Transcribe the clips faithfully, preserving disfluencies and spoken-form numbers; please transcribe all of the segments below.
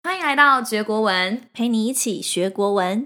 欢迎来到学国文， 陪你一起学国文。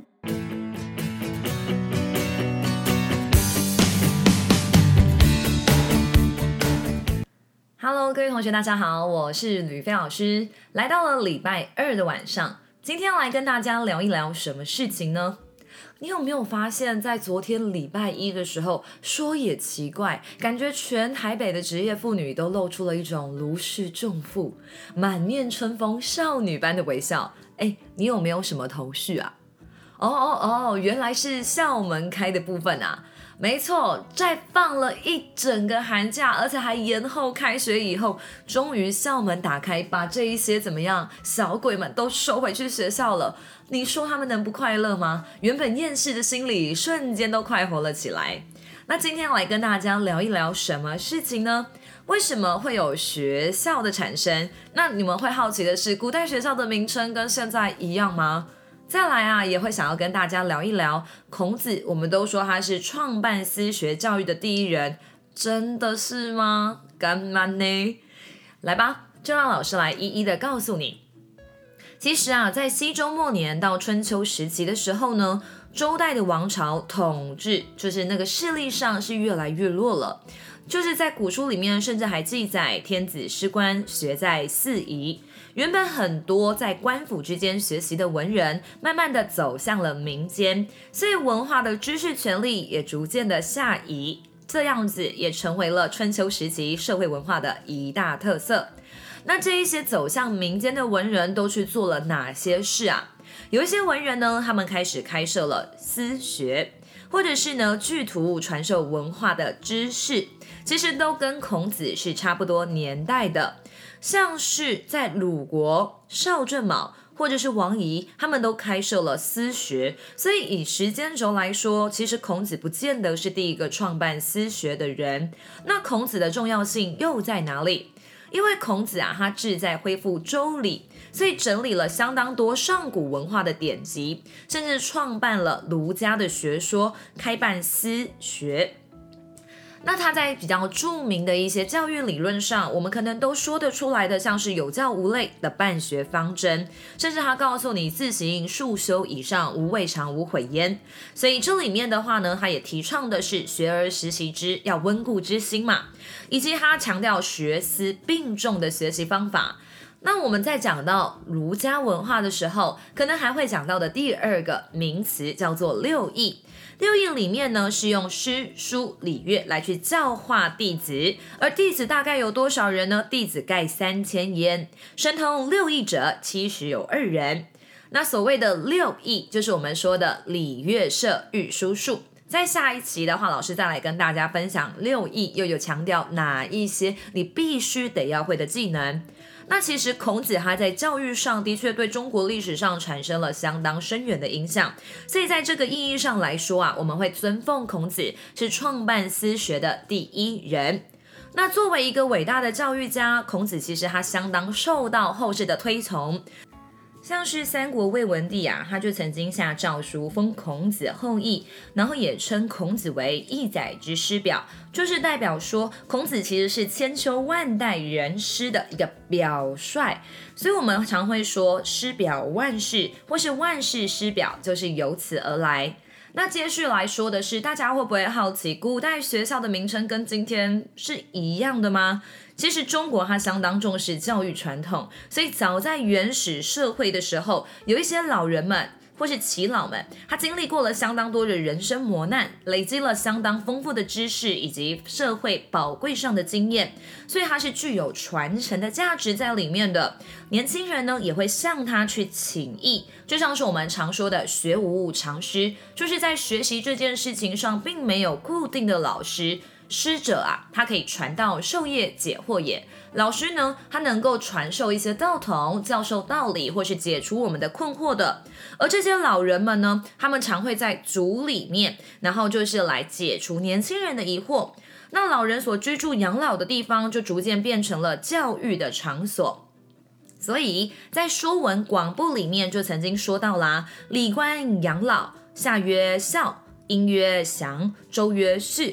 Hello， 各位同学，大家好，我是吕飞老师。来到了礼拜二的晚上，今天要来跟大家聊一聊什么事情呢？你有没有发现，在昨天礼拜一的时候，说也奇怪，感觉全台北的职业妇女都露出了一种如释重负、满面春风少女般的微笑。哎，你有没有什么头绪啊？哦哦哦，原来是校门开的部分啊。没错，在放了一整个寒假，而且还延后开学以后，终于校门打开，把这一些怎么样小鬼们都收回去学校了。你说他们能不快乐吗？原本厌世的心理瞬间都快活了起来。那今天来跟大家聊一聊什么事情呢？为什么会有学校的产生？那你们会好奇的是，古代学校的名称跟现在一样吗？再来啊，也会想要跟大家聊一聊孔子，我们都说他是创办私学教育的第一人，真的是吗？干嘛呢？来吧，就让老师来一一的告诉你。其实啊，在西周末年到春秋时期的时候呢，周代的王朝统治就是那个势力上是越来越弱了。就是在古书里面，甚至还记载天子师官学在四夷。原本很多在官府之间学习的文人，慢慢的走向了民间，所以文化的知识权力也逐渐的下移，这样子也成为了春秋时期社会文化的一大特色。那这一些走向民间的文人都去做了哪些事啊？有一些文人呢，他们开始开设了私学，或者是呢聚图传授文化的知识，其实都跟孔子是差不多年代的。像是在鲁国、邵正卯或者是王夷，他们都开设了私学，所以以时间轴来说，其实孔子不见得是第一个创办私学的人。那孔子的重要性又在哪里？因为孔子啊，他志在恢复周礼，所以整理了相当多上古文化的典籍，甚至创办了儒家的学说，开办私学。那他在比较著名的一些教育理论上，我们可能都说得出来的，像是有教无类的办学方针，甚至他告诉你自行数修以上，无未尝无悔焉。所以这里面的话呢，他也提倡的是学而时习之，要温故知新嘛，以及他强调学思并重的学习方法。那我们在讲到儒家文化的时候，可能还会讲到的第二个名词叫做六艺。六艺里面呢，是用诗、书、礼、乐来去教化弟子，而弟子大概有多少人呢？弟子盖三千焉，神通六艺者七十有二人。那所谓的六艺，就是我们说的礼、乐、射、御、书、数。在下一期的话，老师再来跟大家分享六艺又有强调哪一些你必须得要会的技能。那其实孔子他在教育上的确对中国历史上产生了相当深远的影响，所以在这个意义上来说啊，我们会尊奉孔子是创办私学的第一人。那作为一个伟大的教育家，孔子其实他相当受到后世的推崇。像是三国魏文帝啊，他就曾经下诏书封孔子后裔，然后也称孔子为一载之师表，就是代表说孔子其实是千秋万代人师的一个表率。所以我们常会说师表万世，或是万世师表，就是由此而来。那接续来说的是，大家会不会好奇，古代学校的名称跟今天是一样的吗？其实中国它相当重视教育传统，所以早在原始社会的时候，有一些老人们或是耆老们，他经历过了相当多的人生磨难，累积了相当丰富的知识以及社会宝贵上的经验，所以它是具有传承的价值在里面的。年轻人呢也会向他去请益，就像是我们常说的学无误常师，就是在学习这件事情上并没有固定的老师。师者啊，他可以传道授业解惑也。老师呢，他能够传授一些道统，教授道理，或是解除我们的困惑的。而这些老人们呢，他们常会在族里面，然后就是来解除年轻人的疑惑。那老人所居住养老的地方，就逐渐变成了教育的场所。所以在《说文广布》里面就曾经说到啦，礼官养老，夏曰孝，殷曰祥，周曰序。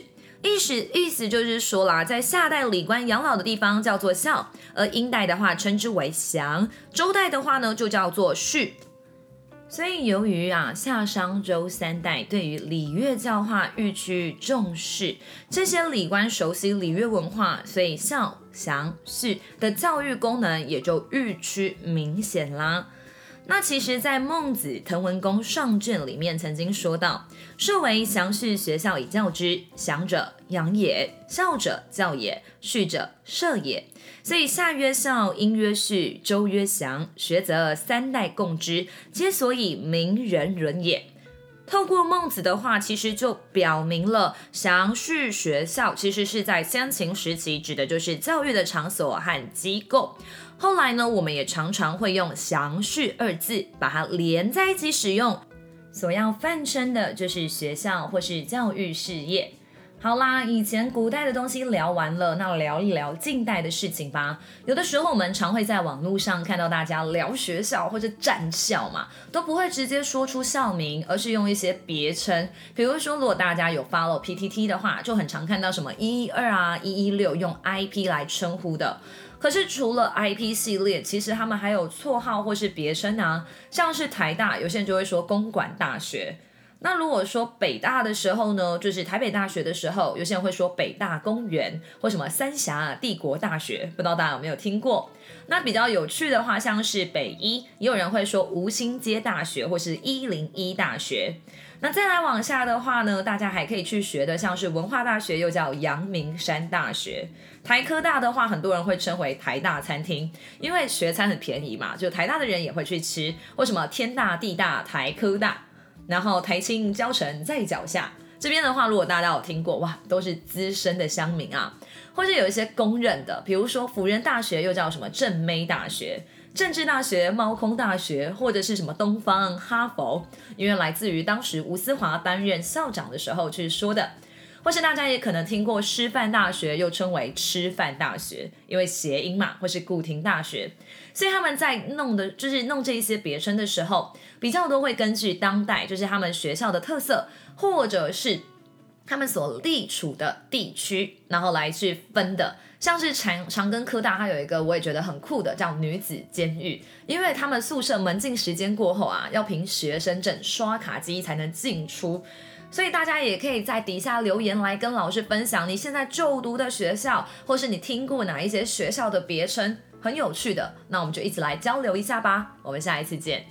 意思意思就是说啦，在夏代礼官养老的地方叫做孝，而殷代的话称之为祥，周代的话呢就叫做序。所以由于啊夏商周三代对于礼乐教化愈趋重视，这些礼官熟悉礼乐文化，所以孝、祥、序的教育功能也就愈趋明显啦。那其实在孟子《滕文公上卷》里面曾经说到，是为祥序学校以教之，祥者养也，孝者教也，序者射也。所以夏曰孝，殷曰序，周曰祥，学则三代共之，皆所以明人伦也。透过孟子的话，其实就表明了祥序学校其实是在先秦时期指的就是教育的场所和机构。后来呢，我们也常常会用祥序二字把它连在一起使用，所要泛称的就是学校或是教育事业。好啦，以前古代的东西聊完了，那聊一聊近代的事情吧。有的时候我们常会在网络上看到大家聊学校或者战校嘛，都不会直接说出校名，而是用一些别称。比如说，如果大家有 follow P T T 的话，就很常看到什么一一二啊、一一六用 I P 来称呼的。可是除了 I P 系列，其实他们还有绰号或是别称啊，像是台大，有些人就会说公馆大学。那如果说北大的时候呢，就是台北大学的时候，有些人会说北大公园或什么三峡帝国大学，不知道大家有没有听过。那比较有趣的话，像是北医，也有人会说吴兴街大学或是一零一大学。那再来往下的话呢，大家还可以去学的，像是文化大学又叫阳明山大学，台科大的话，很多人会称为台大餐厅，因为学餐很便宜嘛，就台大的人也会去吃。或什么天大地大台科大，然后台清交城在脚下，这边的话如果大家有听过，哇，都是资深的乡民啊。或是有一些公认的，比如说辅仁大学又叫什么正妹大学，政治大学、猫空大学，或者是什么东方哈佛，因为来自于当时吴思华担任校长的时候去说的。或是大家也可能听过师范大学，又称为吃饭大学，因为谐音嘛，或是顾廷大学。所以他们在弄的就是弄这一些别称的时候，比较多会根据当代就是他们学校的特色，或者是他们所地处的地区，然后来去分的。像是长长庚科大，它有一个我也觉得很酷的叫女子监狱，因为他们宿舍门禁时间过后啊，要凭学生证刷卡机才能进出。所以大家也可以在底下留言来跟老师分享你现在就读的学校，或是你听过哪一些学校的别称，很有趣的。那我们就一起来交流一下吧，我们下一次见。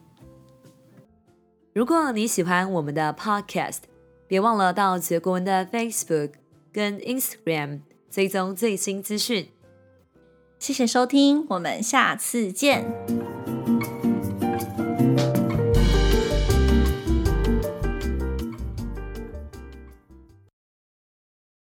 如果你喜欢我们的 podcast， 别忘了到学国文的 Facebook 跟 Instagram 追踪最新资讯。 谢谢收听，我们下次见。